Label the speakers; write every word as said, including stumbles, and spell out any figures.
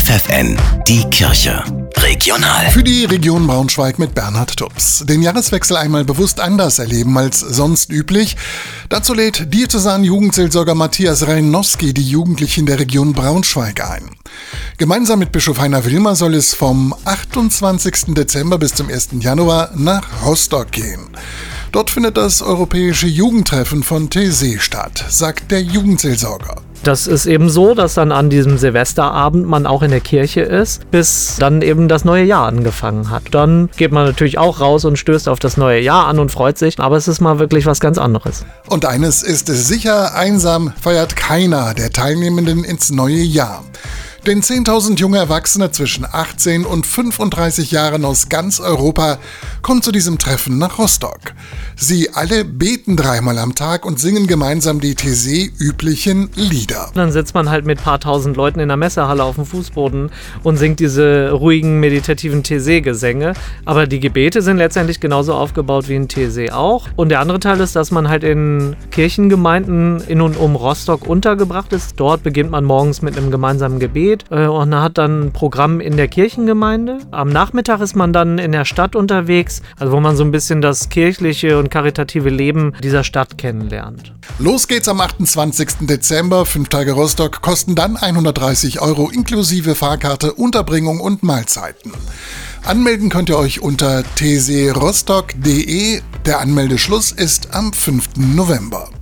Speaker 1: F F N, die Kirche. Regional.
Speaker 2: Für die Region Braunschweig mit Bernhard Tubbs. Den Jahreswechsel einmal bewusst anders erleben als sonst üblich. Dazu lädt Diözesan-Jugendseelsorger Matthias Reinowski die Jugendlichen der Region Braunschweig ein. Gemeinsam mit Bischof Heiner Wilmer soll es vom achtundzwanzigsten Dezember bis zum ersten Januar nach Rostock gehen. Dort findet das europäische Jugendtreffen von T S E statt, sagt der Jugendseelsorger.
Speaker 3: Das ist eben so, dass dann an diesem Silvesterabend man auch in der Kirche ist, bis dann eben das neue Jahr angefangen hat. Dann geht man natürlich auch raus und stößt auf das neue Jahr an und freut sich, aber es ist mal wirklich was ganz anderes.
Speaker 2: Und eines ist es sicher, einsam feiert keiner der Teilnehmenden ins neue Jahr. Denn zehntausend junge Erwachsene zwischen achtzehn und fünfunddreißig Jahren aus ganz Europa kommen zu diesem Treffen nach Rostock. Sie alle beten dreimal am Tag und singen gemeinsam die T S E-üblichen Lieder.
Speaker 3: Dann sitzt man halt mit ein paar tausend Leuten in der Messehalle auf dem Fußboden und singt diese ruhigen, meditativen T S E-Gesänge. Aber die Gebete sind letztendlich genauso aufgebaut wie ein T S E auch. Und der andere Teil ist, dass man halt in Kirchengemeinden in und um Rostock untergebracht ist. Dort beginnt man morgens mit einem gemeinsamen Gebet. Und man hat dann ein Programm in der Kirchengemeinde. Am Nachmittag ist man dann in der Stadt unterwegs, also wo man so ein bisschen das kirchliche und karitative Leben dieser Stadt kennenlernt.
Speaker 2: Los geht's am achtundzwanzigsten Dezember. Fünf Tage Rostock kosten dann hundertdreißig Euro inklusive Fahrkarte, Unterbringung und Mahlzeiten. Anmelden könnt ihr euch unter t s e rostock punkt d e. Der Anmeldeschluss ist am fünften November.